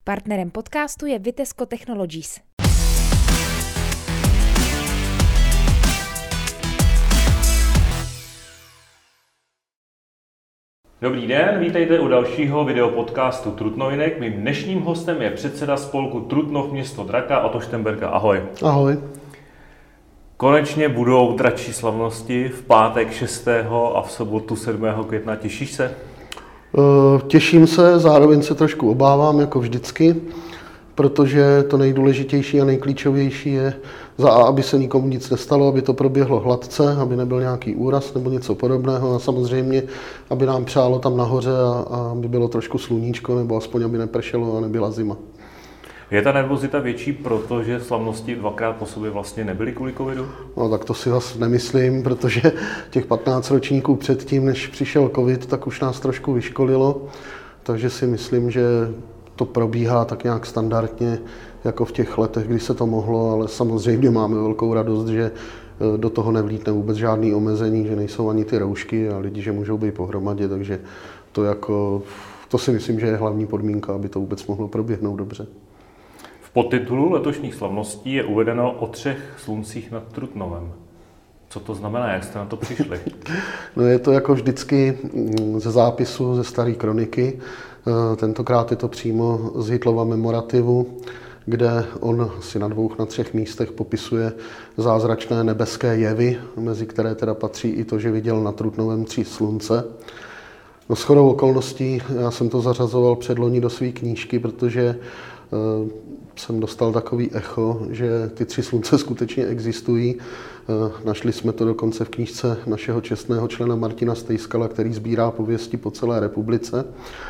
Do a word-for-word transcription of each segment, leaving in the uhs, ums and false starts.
Partnerem podcastu je Vitesco Technologies. Dobrý den, vítejte u dalšího videopodcastu Trutnovinek. Mým dnešním hostem je předseda spolku Trutnov město Draka, Otto Štemberka. Ahoj. Ahoj. Konečně budou dračí slavnosti v pátek šestého a v sobotu sedmého května. Těšíš se? Těším se, zároveň se trošku obávám, jako vždycky, protože to nejdůležitější a nejklíčovější je, za A, aby se nikomu nic nestalo, aby to proběhlo hladce, aby nebyl nějaký úraz nebo něco podobného a samozřejmě, aby nám přálo tam nahoře a, a aby bylo trošku sluníčko nebo aspoň, aby nepršelo a nebyla zima. Je ta nervozita větší, protože slavnosti dvakrát po sobě vlastně nebyly kvůli covidu? No tak to si zase nemyslím, protože těch patnáct ročníků předtím, než přišel covid, tak už nás trošku vyškolilo, takže si myslím, že to probíhá tak nějak standardně, jako v těch letech, kdy se to mohlo, ale samozřejmě máme velkou radost, že do toho nevlítne vůbec žádný omezení, že nejsou ani ty roušky a lidi, že můžou být pohromadě, takže to jako, to si myslím, že je hlavní podmínka, aby to vůbec mohlo proběhnout dobře. V podtitulu letošních slavností je uvedeno o třech sluncích nad Trutnovem. Co to znamená, jak jste na to přišli? No je to jako vždycky ze zápisu, ze staré kroniky. Tentokrát je to přímo z Hitlova memorativu, kde on si na dvou, na třech místech popisuje zázračné nebeské jevy, mezi které teda patří i to, že viděl nad Trutnovem tři slunce. No shodou okolností, já jsem to zařazoval předloni do své knížky, protože uh, jsem dostal takový echo, že ty tři slunce skutečně existují. Uh, našli jsme to dokonce v knížce našeho čestného člena Martina Stejskala, který sbírá pověsti po celé republice.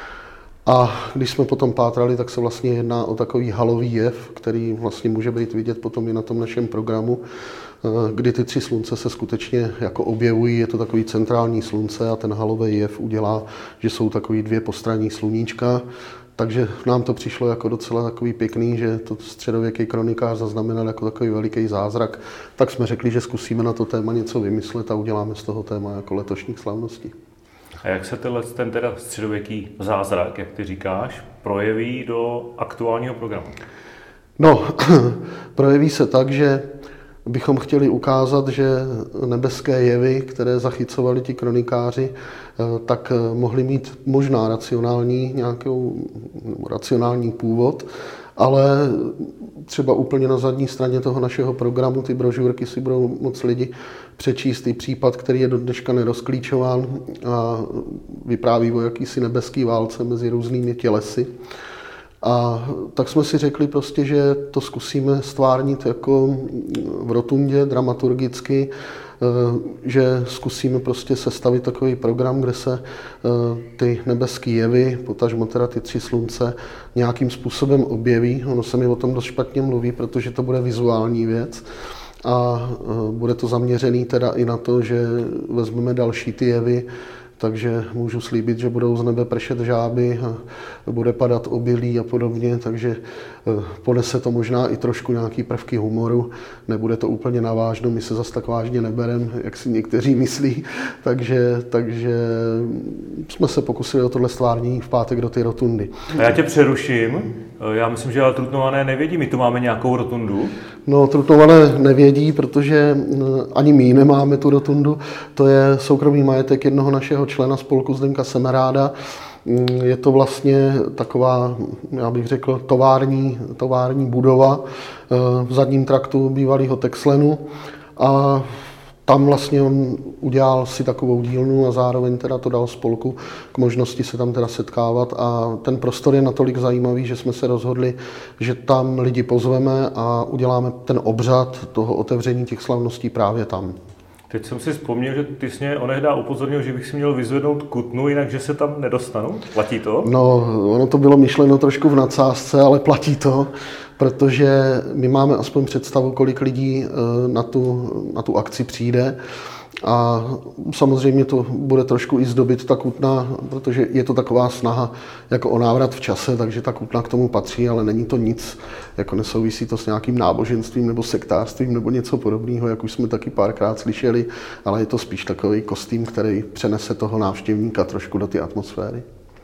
A když jsme potom pátrali, tak se vlastně jedná o takový halový jev, který vlastně může být vidět potom i na tom našem programu, kdy ty tři slunce se skutečně jako objevují, je to takový centrální slunce a ten halový jev udělá, že jsou takový dvě postranní sluníčka. Takže nám to přišlo jako docela takový pěkný, že to středověký kronikář zaznamenal jako takový veliký zázrak. Tak jsme řekli, že zkusíme na to téma něco vymyslet a uděláme z toho téma jako letošních slavností. A jak se tenhle, ten teda středověký zázrak, jak ty říkáš, projeví do aktuálního programu? No, projeví se tak, že bychom chtěli ukázat, že nebeské jevy, které zachycovali ti kronikáři, tak mohly mít možná racionální, nějakou racionální původ, ale třeba úplně na zadní straně toho našeho programu ty brožurky si budou moc lidi přečíst i případ, který je do dneška nerozklíčován a vypráví o jakýsi nebeský válce mezi různými tělesy. A tak jsme si řekli prostě, že to zkusíme stvárnit jako v rotundě, dramaturgicky, že zkusíme prostě sestavit takový program, kde se ty nebeský jevy, potažmo teda ty tři slunce, nějakým způsobem objeví. Ono se mi o tom dost špatně mluví, protože to bude vizuální věc. A bude to zaměřený teda i na to, že vezmeme další ty jevy, takže můžu slíbit, že budou z nebe pršet žáby a bude padat obilí a podobně, takže ponese to možná i trošku nějaký prvky humoru. Nebude to úplně navážno, my se zas tak vážně neberem, jak si někteří myslí, takže, takže jsme se pokusili o tohle stvárnění v pátek do té rotundy. A já tě přeruším. Já myslím, že ale Trutnované nevědí, my tu máme nějakou rotundu. No, Trutnované nevědí, protože ani my nemáme tu rotundu. To je soukromý majetek jednoho našeho člena spolku Zdeňka Semeráda. Je to vlastně taková, já bych řekl, tovární, tovární budova v zadním traktu bývalého Texlenu. A tam vlastně on udělal si takovou dílnu a zároveň teda to dal spolku k možnosti se tam teda setkávat a ten prostor je natolik zajímavý, že jsme se rozhodli, že tam lidi pozveme a uděláme ten obřad toho otevření těch slavností právě tam. Teď jsem si vzpomněl, že ty jsi mě onehdá upozornil, že bych si měl vyzvednout kutnu, jinak že se tam nedostanu. Platí to? No, ono to bylo myšleno trošku v nadsázce, ale platí to, protože my máme aspoň představu, kolik lidí na tu, na tu akci přijde. A samozřejmě to bude trošku i zdobit ta kutna, protože je to taková snaha jako o návrat v čase, takže ta kutna k tomu patří, ale není to nic, jako nesouvisí to s nějakým náboženstvím nebo sektářstvím nebo něco podobného, jak už jsme taky párkrát slyšeli, ale je to spíš takový kostým, který přenese toho návštěvníka trošku do té atmosféry.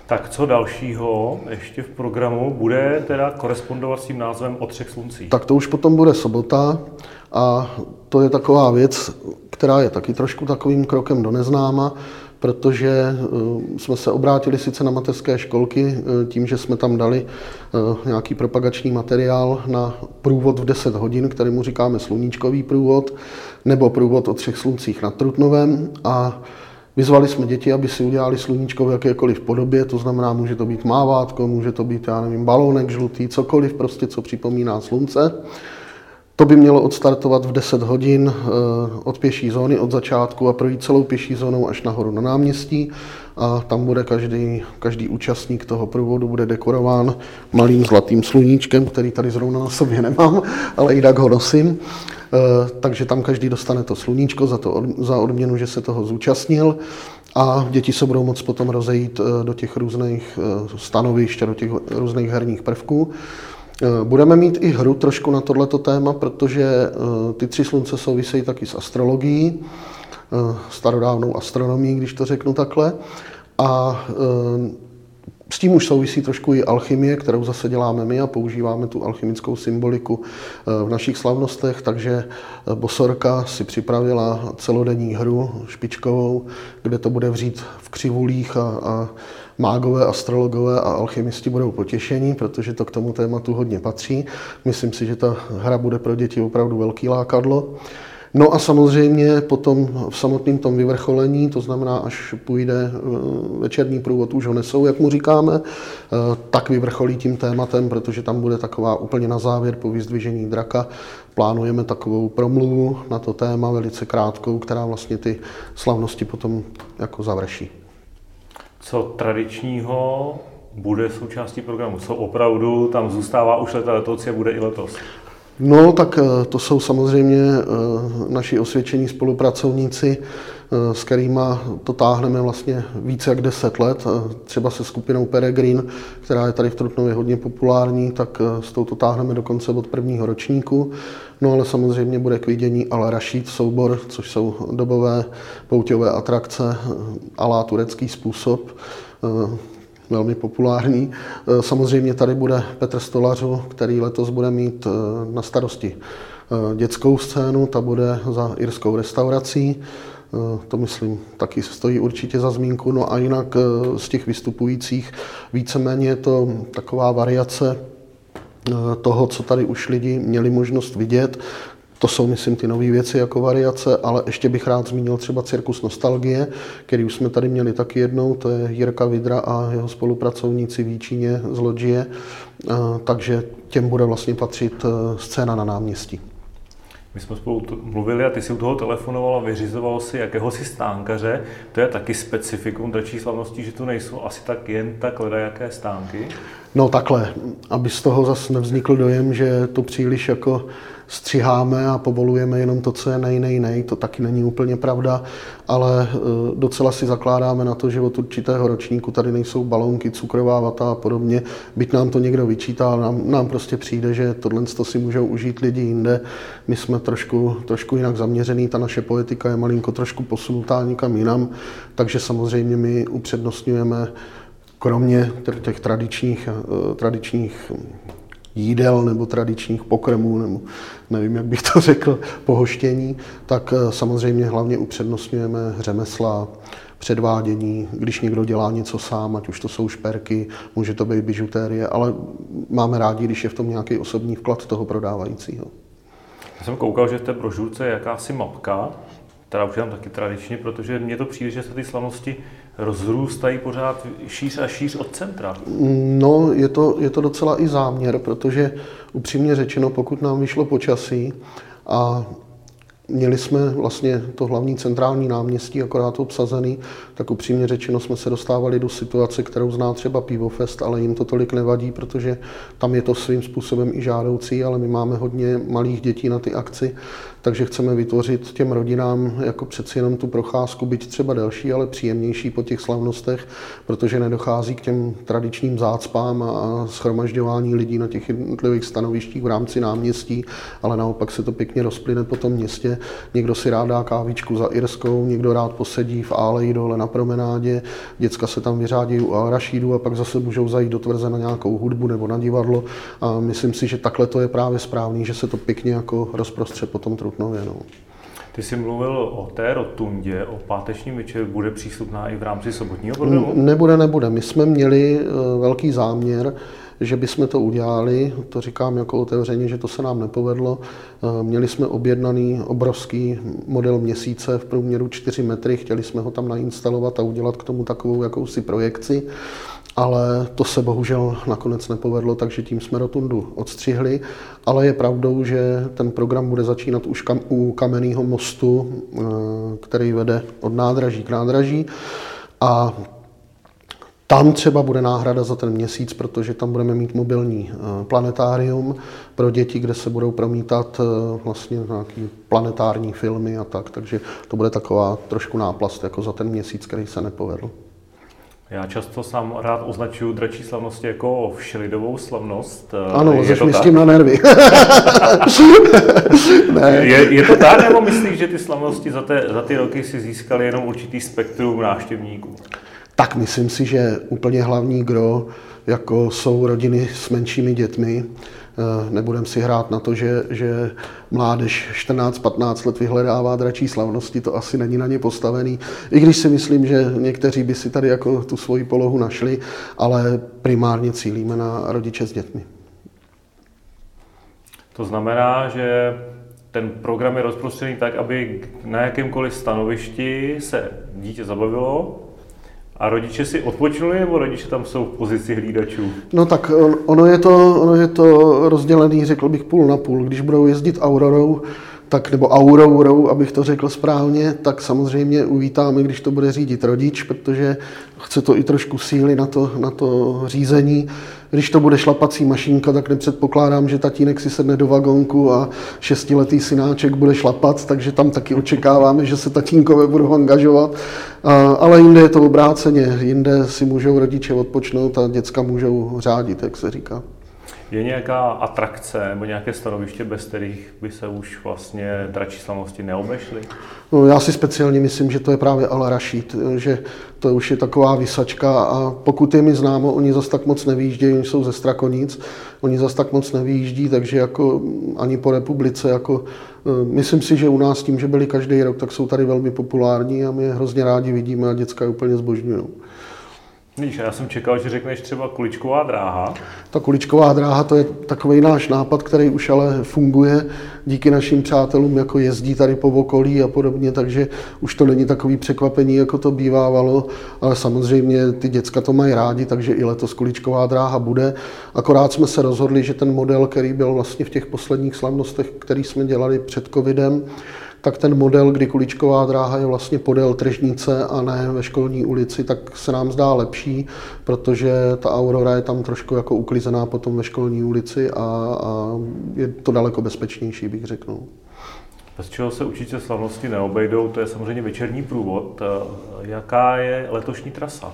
Tak co dalšího ještě v programu bude teda korespondovat s tím názvem O třech sluncích? Tak to už potom bude sobota a to je taková věc, která je taky trošku takovým krokem do neznáma, protože jsme se obrátili sice na mateřské školky tím, že jsme tam dali nějaký propagační materiál na průvod v deset hodin, kterému říkáme sluníčkový průvod, nebo průvod o třech sluncích nad Trutnovem, a vyzvali jsme děti, aby si udělali sluníčko v jakékoliv podobě, to znamená, může to být mávátko, může to být, já nevím, balónek žlutý, cokoliv prostě, co připomíná slunce. To by mělo odstartovat v deset hodin od pěší zóny, od začátku, a projít celou pěší zónou až nahoru na náměstí. A tam bude každý, každý účastník toho průvodu bude dekorován malým zlatým sluníčkem, který tady zrovna na sobě nemám, ale jinak ho nosím. Takže tam každý dostane to sluníčko za, to, za odměnu, že se toho zúčastnil. A děti se budou moct potom rozejít do těch různých stanovišť a do těch různých herních prvků. Budeme mít i hru trošku na tohleto téma, protože ty tři slunce souvisejí taky s astrologií, starodávnou astronomií, když to řeknu takhle. A s tím už souvisí trošku i alchymie, kterou zase děláme my a používáme tu alchymickou symboliku v našich slavnostech, takže Bosorka si připravila celodenní hru špičkovou, kde to bude vřít v křivulích a, a mágové, astrologové a alchymisti budou potěšení, protože to k tomu tématu hodně patří. Myslím si, že ta hra bude pro děti opravdu velký lákadlo. No a samozřejmě potom v samotném tom vyvrcholení, to znamená, až půjde večerní průvod, už ho nesou, jak mu říkáme, tak vyvrcholí tím tématem, protože tam bude taková úplně na závěr po vyzdvižení draka. Plánujeme takovou promluvu na to téma, velice krátkou, která vlastně ty slavnosti potom jako završí. Co tradičního bude součástí programu? Co opravdu tam zůstává už leta letoucí a bude i letos? No, tak to jsou samozřejmě naši osvědčení spolupracovníci, s kterými to táhneme vlastně více jak deset let. Třeba se skupinou Peregrin, která je tady v Trutnově hodně populární, tak s tou to táhneme dokonce od prvního ročníku. No ale samozřejmě bude k vidění Al-Rašíd soubor, což jsou dobové pouťové atrakce a la turecký způsob. Velmi populární. Samozřejmě tady bude Petr Stolařu, který letos bude mít na starosti dětskou scénu, ta bude za irskou restaurací. To myslím taky stojí určitě za zmínku. No a jinak z těch vystupujících víceméně je to taková variace toho, co tady už lidi měli možnost vidět. To jsou, myslím, ty nové věci jako variace, ale ještě bych rád zmínil třeba Cirkus Nostalgie, který už jsme tady měli taky jednou, to je Jirka Vidra a jeho spolupracovníci v Jíčíně z Lodžie, takže těm bude vlastně patřit scéna na náměstí. My jsme spolu mluvili a ty si u toho telefonoval a vyřizoval si jakéhosi stánkaře. To je taky specifikum dračí slavností, že tu nejsou asi tak jen tak ledajaké stánky? No takhle, aby z toho zase nevznikl dojem, že to příliš jako střiháme a povolujeme jenom to, co je nej, nej, nej, to taky není úplně pravda, ale docela si zakládáme na to, že od určitého ročníku tady nejsou balónky, cukrová vata a podobně, byť nám to někdo vyčítá, nám, nám prostě přijde, že tohle si můžou užít lidi jinde. My jsme trošku, trošku jinak zaměřený, ta naše poetika je malinko trošku posunutá někam jinam, takže samozřejmě my upřednostňujeme kromě těch tradičních, tradičních jídel nebo tradičních pokrmů, nebo nevím, jak bych to řekl, pohoštění, tak samozřejmě hlavně upřednostňujeme řemesla, předvádění, když někdo dělá něco sám, ať už to jsou šperky, může to být bižutérie, ale máme rádi, když je v tom nějaký osobní vklad toho prodávajícího. Já jsem koukal, že v té brožurce je jakási mapka, která už je tam taky tradičně, protože mně to přijde, že se ty slavnosti rozrůstají pořád šíř a šíř od centra. No, je to, je to docela i záměr, protože upřímně řečeno, pokud nám vyšlo počasí a měli jsme vlastně to hlavní centrální náměstí akorát obsazený, tak upřímně řečeno jsme se dostávali do situace, kterou zná třeba Pivofest, ale jim to tolik nevadí, protože tam je to svým způsobem i žádoucí, ale my máme hodně malých dětí na ty akci, takže chceme vytvořit těm rodinám jako přeci jenom tu procházku, byť třeba delší, ale příjemnější po těch slavnostech, protože nedochází k těm tradičním zácpám a shromažďování lidí na těch jednotlivých stanovištích v rámci náměstí, ale naopak se to pěkně rozplyne po tom městě prostě někdo si rád dá kávičku za Irskou, někdo rád posedí v Áleji dole na promenádě, děcka se tam vyřádí u Al-Rašídu a pak zase můžou zajít do tvrze na nějakou hudbu nebo na divadlo a myslím si, že takhle to je právě správný, že se to pěkně jako rozprostře po tom Trutnově. No. Ty jsi mluvil o té rotundě, o pátečním večeru, bude přístupná i v rámci sobotního programu? Nebude, nebude. My jsme měli velký záměr, že bychom to udělali, to říkám jako otevřeně, že to se nám nepovedlo. Měli jsme objednaný obrovský model měsíce v průměru čtyři metry, chtěli jsme ho tam nainstalovat a udělat k tomu takovou jakousi projekci, ale to se bohužel nakonec nepovedlo, takže tím jsme rotundu odstřihli, ale je pravdou, že ten program bude začínat už kam, u Kamenného mostu, který vede od nádraží k nádraží a tam třeba bude náhrada za ten měsíc, protože tam budeme mít mobilní planetárium pro děti, kde se budou promítat vlastně nějaký planetární filmy a tak, takže to bude taková trošku náplast jako za ten měsíc, který se nepovedl. Já často sám rád označuju dračí slavnosti jako všelidovou slavnost. Ano, lezeš mi s tím na nervy. ne. Je, je to tak, nebo myslíš, že ty slavnosti za, té, za ty roky si získaly jenom určitý spektrum návštěvníků? Tak myslím si, že úplně hlavní gro, jako jsou rodiny s menšími dětmi. Nebudem si hrát na to, že, že mládež čtrnáct patnáct let vyhledává dračí slavnosti, to asi není na ně postavený. I když si myslím, že někteří by si tady jako tu svoji polohu našli, ale primárně cílíme na rodiče s dětmi. To znamená, že ten program je rozprostřený tak, aby na jakémkoliv stanovišti se dítě zabavilo, a rodiče si odpočinuli, nebo rodiče tam jsou v pozici hlídačů? No tak ono je to, ono je to rozdělený, řekl bych, půl na půl. Když budou jezdit Aurorou, tak, nebo Aurorou, abych to řekl správně, tak samozřejmě uvítáme, když to bude řídit rodič, protože chce to i trošku síly na to, na to řízení. Když to bude šlapací mašínka, tak nepředpokládám, že tatínek si sedne do vagónku a šestiletý synáček bude šlapat, takže tam taky očekáváme, že se tatínkové budou angažovat. A, ale jinde je to obráceně, jinde si můžou rodiče odpočnout a děcka můžou řádit, jak se říká. Je nějaká atrakce nebo nějaké stanoviště, bez kterých by se už vlastně dračí slavnosti neobešly? No, já si speciálně myslím, že to je právě Al-Rašíd, že to už je taková vysačka a pokud je mi známo, oni zas tak moc nevyjíždějí, oni jsou ze Strakonic, oni zas tak moc nevyjíždí, takže jako ani po republice, jako myslím si, že u nás tím, že byli každý rok, tak jsou tady velmi populární a my je hrozně rádi vidíme a děcka je úplně zbožňují. Víš, já jsem čekal, že řekneš třeba kuličková dráha. Ta kuličková dráha, to je takový náš nápad, který už ale funguje díky našim přátelům, jako jezdí tady po okolí a podobně, takže už to není takový překvapení, jako to bývávalo, ale samozřejmě ty děcka to mají rádi, takže i letos kuličková dráha bude. Akorát jsme se rozhodli, že ten model, který byl vlastně v těch posledních slavnostech, který jsme dělali před covidem, tak ten model, kdy kuličková dráha je vlastně podél tržnice a ne ve Školní ulici, tak se nám zdá lepší, protože ta Aurora je tam trošku jako uklizená potom ve Školní ulici a, a je to daleko bezpečnější, bych řekl. Bez čeho se určitě slavnosti neobejdou, to je samozřejmě večerní průvod. Jaká je letošní trasa?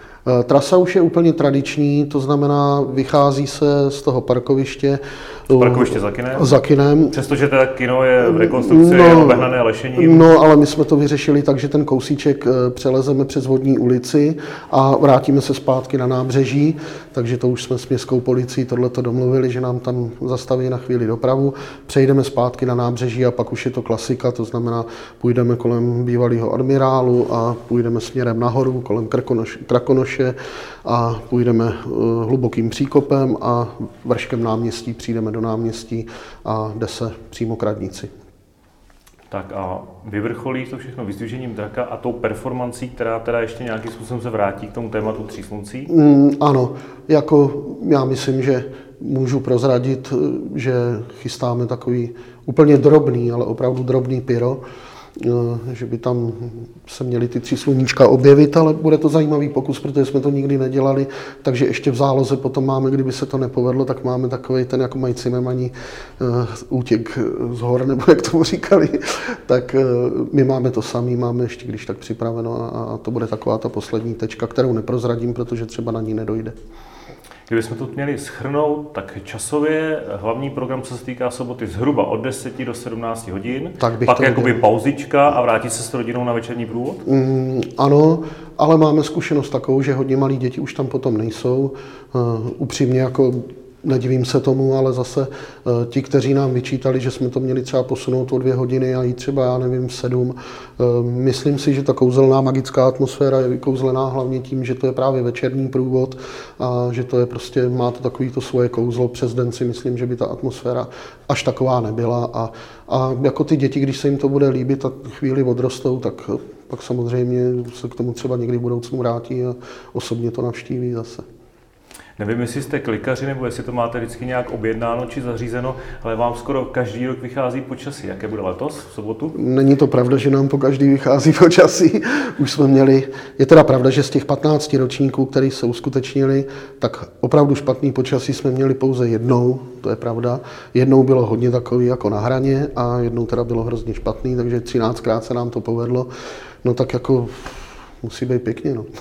Trasa už je úplně tradiční, to znamená, vychází se z toho parkoviště. Parkoviště za kinem? Za kinem. Přestože teda kino je v rekonstrukci, no, je obehnané lešením. No, ale my jsme to vyřešili tak, že ten kousíček přelezeme přes Vodní ulici a vrátíme se zpátky na nábřeží, takže to už jsme s městskou policií tohleto domluvili, že nám tam zastaví na chvíli dopravu, přejdeme zpátky na nábřeží a pak už je to klasika, to znamená, půjdeme kolem bývalého admirálu a půjdeme směrem nahoru, kolem Krakonoš, Krakonoše a půjdeme hlubokým příkopem a vrškem náměstí přijdeme do náměstí a jde se přímo k radnici. Tak a vyvrcholí to všechno vyzdvižením draka a tou performancí, která teda ještě nějakým způsobem se vrátí k tomu tématu Tří sluncí? Mm, ano, jako já myslím, že můžu prozradit, že chystáme takový úplně drobný, ale opravdu drobný pyro, že by tam se měly ty tři sluníčka objevit, ale bude to zajímavý pokus, protože jsme to nikdy nedělali, takže ještě v záloze potom máme, kdyby se to nepovedlo, tak máme takový ten, jako mají Cimrmani, útěk z hor, nebo jak tomu říkali, tak my máme to samý, máme ještě když tak připraveno a to bude taková ta poslední tečka, kterou neprozradím, protože třeba na ní nedojde. Kdybychom to měli shrnout, tak časově hlavní program, co se týká soboty, zhruba od deseti do sedmnácti hodin, tak bych pak to jakoby viděl. pauzička a vrátit se s rodinou na večerní průvod? Mm, ano, ale máme zkušenost takovou, že hodně malí děti už tam potom nejsou. Uh, upřímně jako nedivím se tomu, ale zase uh, ti, kteří nám vyčítali, že jsme to měli třeba posunout o dvě hodiny a jít třeba, já nevím, sedm. Uh, myslím si, že ta kouzelná magická atmosféra je vykouzlená hlavně tím, že to je právě večerní průvod a že to je prostě, má to takový to svoje kouzlo. Přes den si myslím, že by ta atmosféra až taková nebyla a, a jako ty děti, když se jim to bude líbit a chvíli odrostou, tak pak samozřejmě se k tomu třeba někdy v budoucnu vrátí a osobně to navštíví zase. Nevím, jestli jste klikaři, nebo jestli to máte vždycky nějak objednáno či zařízeno, ale vám skoro každý rok vychází počasí. Jaké bude letos v sobotu? Není to pravda, že nám po každý vychází počasí. Už jsme měli, je teda pravda, že z těch patnácti ročníků, které se uskutečnili, tak opravdu špatný počasí jsme měli pouze jednou, to je pravda. Jednou bylo hodně takový jako na hraně a jednou teda bylo hrozně špatný, takže třináctkrát se nám to povedlo. No tak jako musí být pěkně, no.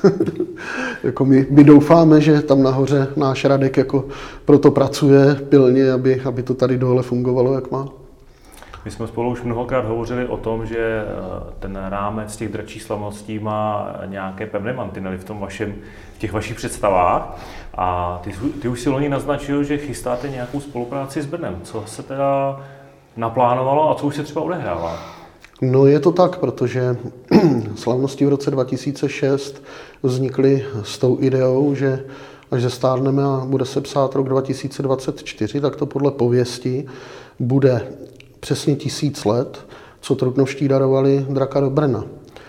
Jako my, my doufáme, že tam nahoře náš Radek jako proto pracuje pilně, aby, aby to tady dole fungovalo, jak má. My jsme spolu už mnohokrát hovořili o tom, že ten rámec těch dračích slavností má nějaké pevné mantinely v tom vašem, v těch vašich představách. A ty, ty už si loni naznačil, že chystáte nějakou spolupráci s Brnem. Co se teda naplánovalo a co už se třeba odehrává? No je to tak, protože slavnosti v roce dva tisíce šest vznikly s tou ideou, že až zestárneme a bude se psát rok dva tisíce dvacet čtyři, tak to podle pověsti bude přesně tisíc let, co trutnovští darovali draka do Brna.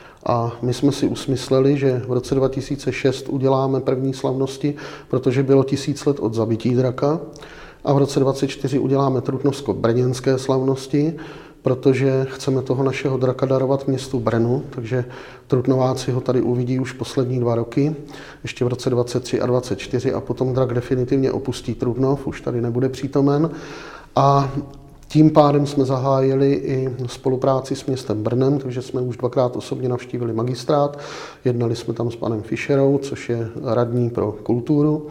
A my jsme si usmysleli, že v roce dva tisíce šest uděláme první slavnosti, protože bylo tisíc let od zabití draka. A v roce dvacet čtyři uděláme trutnovsko-brněnské slavnosti, protože chceme toho našeho draka darovat městu Brnu, takže Trutnováci ho tady uvidí už poslední dva roky, ještě v roce dvacet tři a dvacet čtyři a potom drak definitivně opustí Trutnov, už tady nebude přítomen. A tím pádem jsme zahájili i spolupráci s městem Brnem, takže jsme už dvakrát osobně navštívili magistrát, jednali jsme tam s panem Fischerou, což je radní pro kulturu,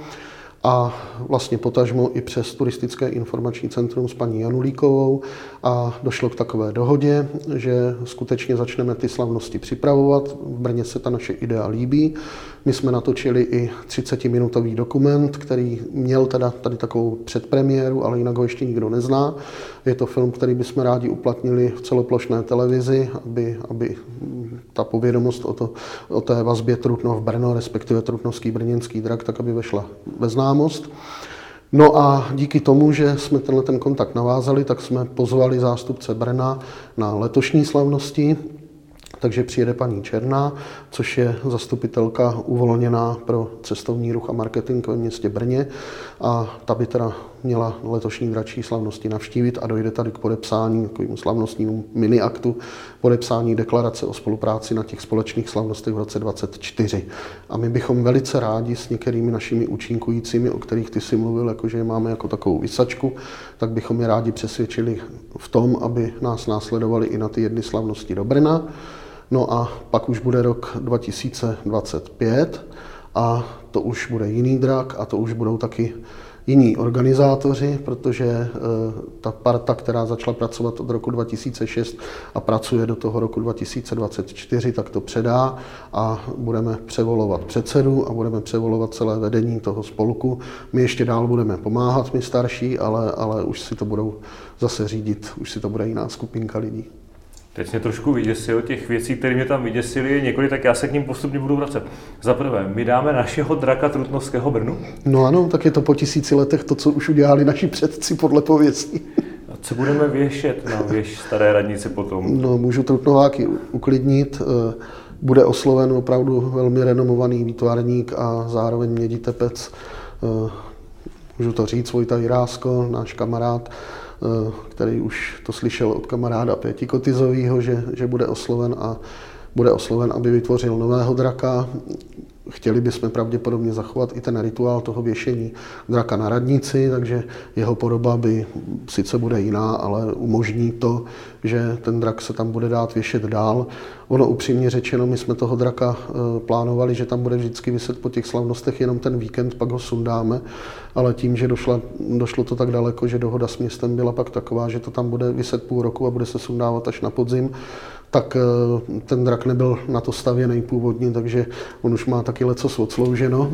a vlastně potažmo i přes turistické informační centrum s paní Janulíkovou a došlo k takové dohodě, že skutečně začneme ty slavnosti připravovat. V Brně se ta naše idea líbí. My jsme natočili i třicetiminutový dokument, který měl teda tady takovou předpremiéru, ale jinak ho ještě nikdo nezná. Je to film, který bychom rádi uplatnili v celoplošné televizi, aby, aby ta povědomost o, to, o té vazbě Trutnov-Brno, respektive trutnovský brněnský drak, tak aby vešla ve známost. No a díky tomu, že jsme tenhle ten kontakt navázali, tak jsme pozvali zástupce Brna na letošní slavnosti. Takže přijede paní Černá, což je zastupitelka uvolněná pro cestovní ruch a marketing ve městě Brně. A ta by teda měla letošní dračí slavnosti navštívit a dojde tady k podepsání, takovému slavnostnímu mini-aktu, podepsání deklarace o spolupráci na těch společných slavnostech v roce dvacet čtyři. A my bychom velice rádi s některými našimi účinkujícími, o kterých ty si mluvil, jakože je máme jako takovou vysačku, tak bychom je rádi přesvědčili v tom, aby nás následovali i na ty jedny slavnosti do Brna. No a pak už bude rok dva tisíce dvacet pět a to už bude jiný drak a to už budou taky jiní organizátoři, protože ta parta, která začala pracovat od roku dva tisíce šest a pracuje do toho roku dva tisíce dvacet čtyři, tak to předá a budeme převolovat předsedu a budeme převolovat celé vedení toho spolku. My ještě dál budeme pomáhat, my starší, ale, ale už si to budou zase řídit, už si to bude jiná skupinka lidí. Teď mě trošku vyděsil, těch věcí, které mě tam vyděsily, je několik, tak já se k ním postupně budu vracet. Za prvé, my dáme našeho draka trutnovského Brnu? No ano, tak je to po tisíci letech to, co už udělali naši předci podle pověstí. A co budeme věšet na věž staré radnice potom? No, můžu Trutnováky uklidnit. Bude osloven opravdu velmi renomovaný výtvarník a zároveň měditepec. Můžu to říct, Vojta Jirásko, náš kamarád, který už to slyšel od kamaráda Pěti Kotizovýho, že, že bude osloven a bude osloven, aby vytvořil nového draka. chtěli bychom pravděpodobně zachovat i ten rituál toho věšení draka na radnici, takže jeho podoba by sice bude jiná, ale umožní to, že ten drak se tam bude dát věšet dál. Ono upřímně řečeno, my jsme toho draka plánovali, že tam bude vždycky viset po těch slavnostech jenom ten víkend, pak ho sundáme, ale tím, že došla, došlo to tak daleko, že dohoda s městem byla pak taková, že to tam bude viset půl roku a bude se sundávat až na podzim, tak ten drak nebyl na to stavěný původně, takže on už má taky lecos odslouženo.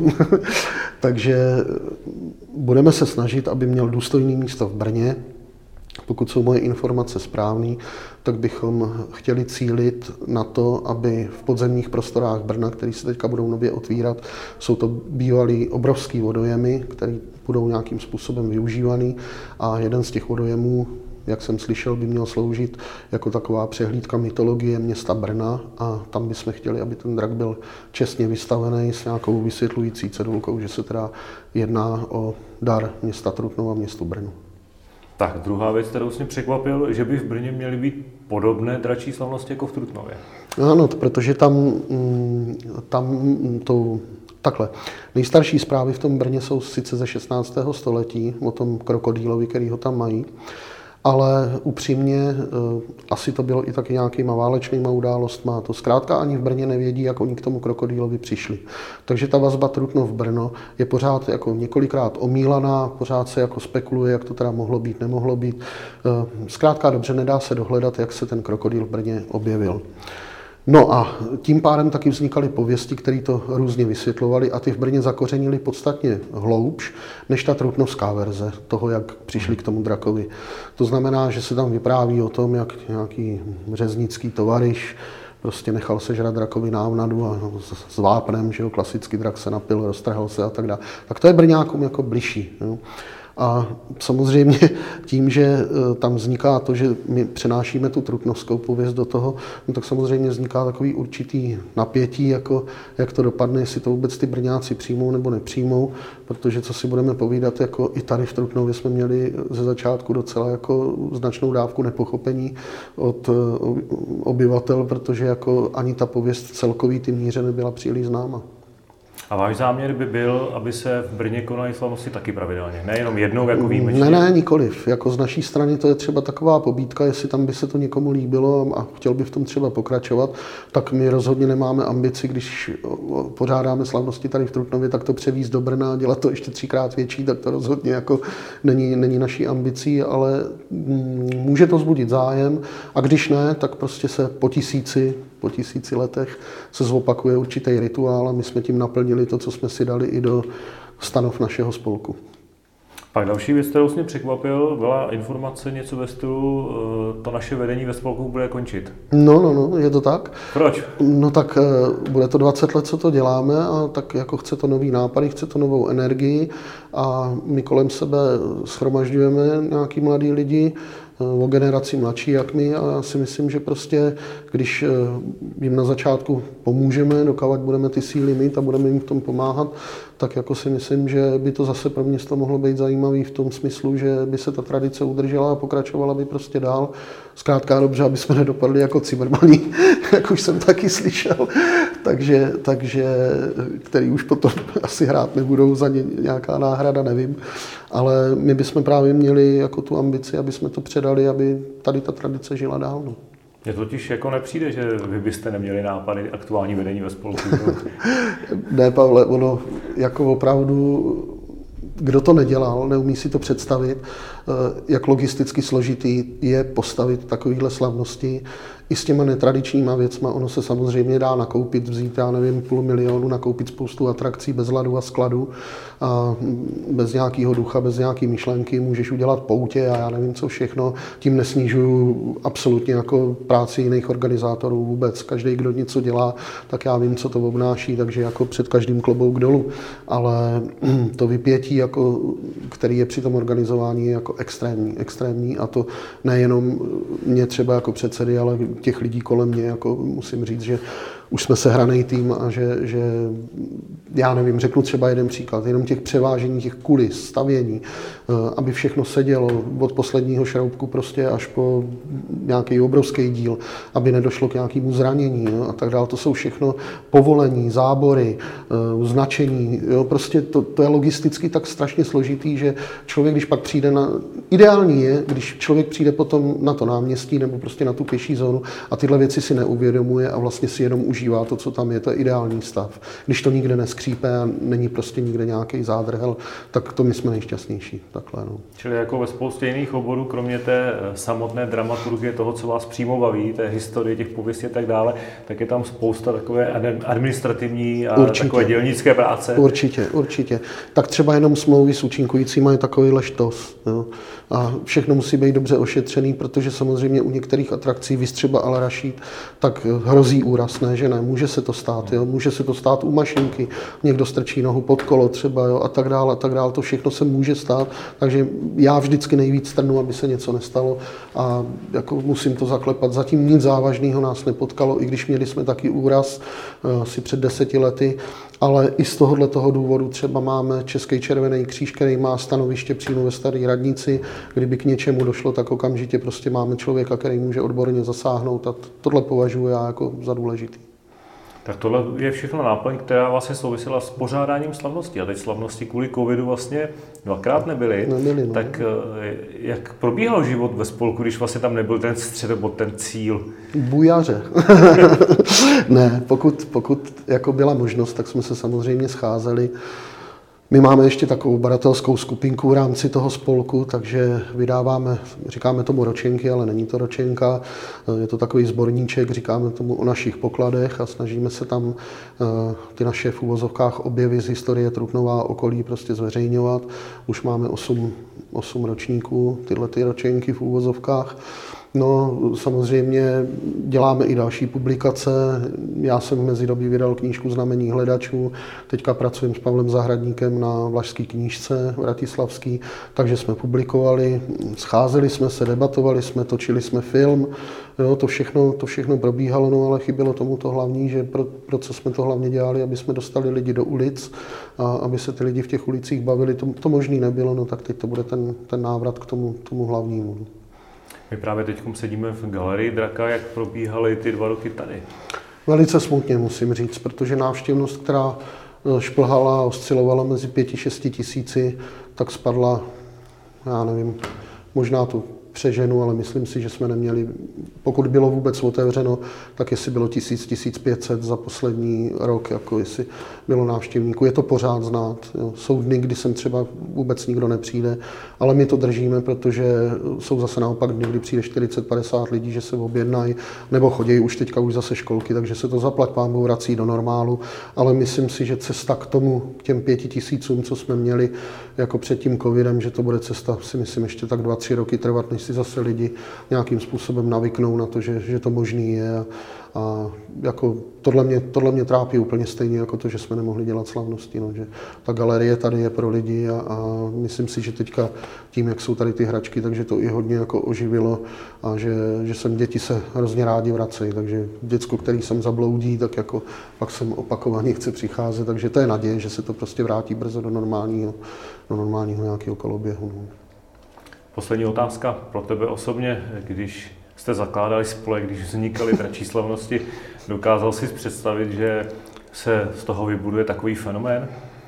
Takže budeme se snažit, aby měl důstojné místo v Brně. Pokud jsou moje informace správné, tak bychom chtěli cílit na to, aby v podzemních prostorách Brna, které se teďka budou nově otvírat, jsou to bývalý obrovský vodojemy, které budou nějakým způsobem využívaný a jeden z těch vodojemů, jak jsem slyšel, by měl sloužit jako taková přehlídka mytologie města Brna a tam bychom chtěli, aby ten drak byl čestně vystavený s nějakou vysvětlující cedulkou, že se teda jedná o dar města Trutnova městu Brnu. Tak druhá věc, kterou jsem překvapil, že by v Brně měly být podobné dračí slavnosti jako v Trutnově. Ano, protože tam, tam to takhle. Nejstarší zprávy v tom Brně jsou sice ze šestnáctého století o tom krokodýlovi, který ho tam mají, ale upřímně asi to bylo i taky nějakýma válečnýma událostma. To zkrátka ani v Brně nevědí, jak oni k tomu krokodýlovi přišli. Takže ta vazba Trutnov-Brno je pořád jako několikrát omílaná, pořád se jako spekuluje, jak to teda mohlo být, nemohlo být. Zkrátka dobře, nedá se dohledat, jak se ten krokodýl v Brně objevil. No a tím pádem taky vznikaly pověsti, které to různě vysvětlovaly a ty v Brně zakořenily podstatně hloubš než ta trutnovská verze toho, jak přišli k tomu drakovi. To znamená, že se tam vypráví o tom, jak nějaký řeznický tovaryš prostě nechal sežrat drakovi návnadu a s vápnem, že jo, klasický drak se napil, roztrhal se a tak dále. Tak to je Brňákům jako bližší. Jo. A samozřejmě tím, že tam vzniká to, že my přenášíme tu trutnovskou pověst do toho, no tak samozřejmě vzniká takový určitý napětí, jako jak to dopadne, jestli to vůbec ty Brňáci přijmou nebo nepřijmou, protože co si budeme povídat, jako i tady v Trutnově jsme měli ze začátku docela jako značnou dávku nepochopení od obyvatel, protože jako ani ta pověst celkový ty míře nebyla příliš známa. A váš záměr by byl, aby se v Brně konaly slavnosti taky pravidelně? Nejenom jednou jako výjimečně? Ne, ne, nikoliv. Jako z naší strany to je třeba taková pobídka, jestli tam by se to někomu líbilo a chtěl by v tom třeba pokračovat, tak my rozhodně nemáme ambici, když pořádáme slavnosti tady v Trutnově, tak to převízt do Brna a dělat to ještě třikrát větší, tak to rozhodně jako není, není naší ambicí, ale může to vzbudit zájem a když ne, tak prostě se po tisíci po tisíci letech se zopakuje určitý rituál a my jsme tím naplnili to, co jsme si dali i do stanov našeho spolku. Pak další věc, kterou mě překvapil, byla informace něco ve stylu, to naše vedení ve spolku bude končit. No, no, no, je to tak. Proč? No tak bude to dvacet let, co to děláme a tak jako chce to nový nápady, chce to novou energii a my kolem sebe shromažďujeme nějaký mladý lidi, o generaci mladší jak my a já si myslím, že prostě, když jim na začátku pomůžeme, dokávat budeme ty síly mít a budeme jim v tom pomáhat, tak jako si myslím, že by to zase pro město mohlo být zajímavý v tom smyslu, že by se ta tradice udržela a pokračovala by prostě dál. Zkrátka dobře, aby jsme nedopadli jako Cimrmani, jak už jsem taky slyšel, takže, takže který už potom asi hrát nebudou za ně nějaká náhrada, nevím. Ale my bychom právě měli jako tu ambici, aby jsme to předali, aby tady ta tradice žila dál. No. Mně totiž jako nepřijde, že vy byste neměli nápady aktuální vedení ve spolku. Ne, Pavle, ono jako opravdu, kdo to nedělal, neumí si to představit, jak logisticky složitý je postavit takovéhle slavnosti. I s těma netradičníma věcma, ono se samozřejmě dá nakoupit, vzít, já nevím, půl milionu, nakoupit spoustu atrakcí bez ladu a skladu a bez nějakého ducha, bez nějaké myšlenky, můžeš udělat poutě a já nevím co všechno. Tím nesnižuju absolutně jako práci jiných organizátorů vůbec. Každý, kdo něco dělá, tak já vím, co to obnáší, takže jako před každým klobouk dolů. Ale to vypětí, jako, který je při tom organizování, je jako extrémní, extrémní a to nejenom mě třeba jako předsedy, ale těch lidí kolem mě, jako musím říct, že už jsme sehraný tým a že, že já nevím, řeknu třeba jeden příklad, jenom těch převážení těch kulis, stavění, aby všechno sedělo od posledního šroubku prostě až po nějaký obrovský díl, aby nedošlo k nějakému zranění, jo, a tak dále. To jsou všechno povolení, zábory, značení, jo, prostě to, to je logisticky tak strašně složitý, že člověk, když pak přijde na... Ideální je, když člověk přijde potom na to náměstí nebo prostě na tu pěší zónu a tyhle věci si neuvědomuje a vlastně si jenom užívá to, co tam je, to je ideální stav. Když to nikde neskřípe a není prostě nikde nějaký zádrhel, tak to my jsme nejšťastnější. Takhle, no. Čili jako ve spoustě jiných oborů, kromě té samotné dramaturgie, toho, co vás přímo baví, té historie těch pověstí a tak dále, tak je tam spousta takové administrativní a určitě. Takové dělnické práce. Určitě, určitě. Tak třeba jenom smlouvy s účinkujícíma je takovýhle štos. Jo. A všechno musí být dobře ošetřený, protože samozřejmě u některých atrakcí, vys třeba Al Rašíd, tak hrozí úraz, ne, že ne, může se to stát, jo. Může se to stát u mašinky, někdo strčí nohu pod kolo třeba, jo, a tak dále, a tak dále, to všechno se může stát, takže já vždycky nejvíc trnu, aby se něco nestalo a jako musím to zaklepat. Zatím nic závažného nás nepotkalo, i když měli jsme taky úraz asi před deseti lety, ale i z tohohle toho důvodu třeba máme Český červený kříž, který má stanoviště přímo ve Staré radnici. Kdyby k něčemu došlo, tak okamžitě prostě máme člověka, který může odborně zasáhnout a tohle považuji já jako za důležitý. Tak tohle je všechno náplň, která vlastně souvisela s pořádáním slavností. A teď slavnosti kvůli covidu vlastně dvakrát nebyly. nebyly no. Tak jak probíhal život ve spolku, když vlastně tam nebyl ten středobod, ten cíl? Bujaře. Ne, pokud, pokud jako byla možnost, tak jsme se samozřejmě scházeli. My máme ještě takovou badatelskou skupinku v rámci toho spolku, takže vydáváme, říkáme tomu ročenky, ale není to ročenka, je to takový sborníček, říkáme tomu o našich pokladech a snažíme se tam ty naše v uvozovkách objevy z historie Trutnova a okolí prostě zveřejňovat. Už máme osm, osm ročníků, tyhle ty ročenky v uvozovkách. No, samozřejmě děláme i další publikace. Já jsem v mezidobí vydal knížku Znamení hledačů. Teďka pracuji s Pavlem Zahradníkem na Vlašské knížce Vratislavský, takže jsme publikovali, scházeli jsme se, debatovali jsme, točili jsme film. Jo, to všechno, to všechno probíhalo, no, ale chybělo tomu to hlavní, že pro, pro co jsme to hlavně dělali, aby jsme dostali lidi do ulic a aby se ty lidi v těch ulicích bavili. To, to možný nebylo, no tak teď to bude ten, ten návrat k tomu, tomu hlavnímu. My právě teď sedíme v galerii Draka, jak probíhaly ty dva roky tady? Velice smutně musím říct, protože návštěvnost, která šplhala a oscilovala mezi pěti a šesti tisíci, tak spadla, já nevím, možná tu přeženu, ale myslím si, že jsme neměli, pokud bylo vůbec otevřeno, tak jestli bylo tisíc, tisíc pět set za poslední rok, jako jestli bylo návštěvníků. Je to pořád znát. Jo. Jsou dny, kdy sem třeba vůbec nikdo nepřijde, ale my to držíme, protože jsou zase naopak dny, kdy přijde čtyřicet padesát lidí, že se objednají, nebo chodí už teďka už zase školky, takže se to zaplať pánbou vrací do normálu, ale myslím si, že cesta k tomu, k těm pěti tisícům, co jsme měli jako před tím covidem, že to bude cesta, si myslím, ještě tak dva, tři roky trvat, než si zase lidi nějakým způsobem navyknou na to, že, že to možný je. A, a jako tohle, mě, tohle mě trápí úplně stejně jako to, že jsme nemohli dělat slavnosti. No, že ta galerie tady je pro lidi a, a myslím si, že teďka tím, jak jsou tady ty hračky, takže to i hodně jako oživilo a že, že sem děti se hrozně rádi vracejí. Takže děcko, který sem zabloudí, tak jako pak sem opakovaně chce přicházet. Takže to je naděje, že se to prostě vrátí brzo do normálního, do normálního nějakého koloběhu. No. Poslední otázka pro tebe osobně, když jste zakládali spolek, když vznikaly dračí slavnosti, dokázal jsi představit, že se z toho vybuduje takový fenomén?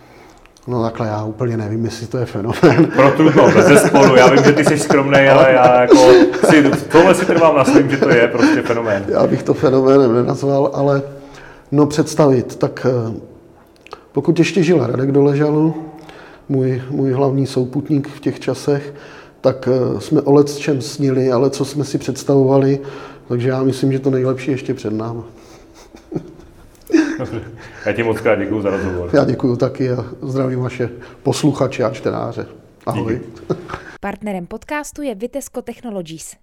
No takhle já úplně nevím, jestli to je fenomén. Pro Trutnov, bez zesporu. Já vím, že ty jsi skromnej, ale já jako si, tohle si trvám na svým, že to je prostě fenomén. Já bych to fenoménem nenazval, ale no představit, tak pokud ještě žil Radek Doležal, můj, můj hlavní souputník v těch časech, tak jsme o lecčem snili, ale co jsme si představovali, takže já myslím, že to nejlepší ještě před námi. Já ti moc krát děkuju za rozhovor. Já děkuju taky a zdravím vaše posluchače a čtenáře. Ahoj. Partnerem podcastu je Vitesco Technologies.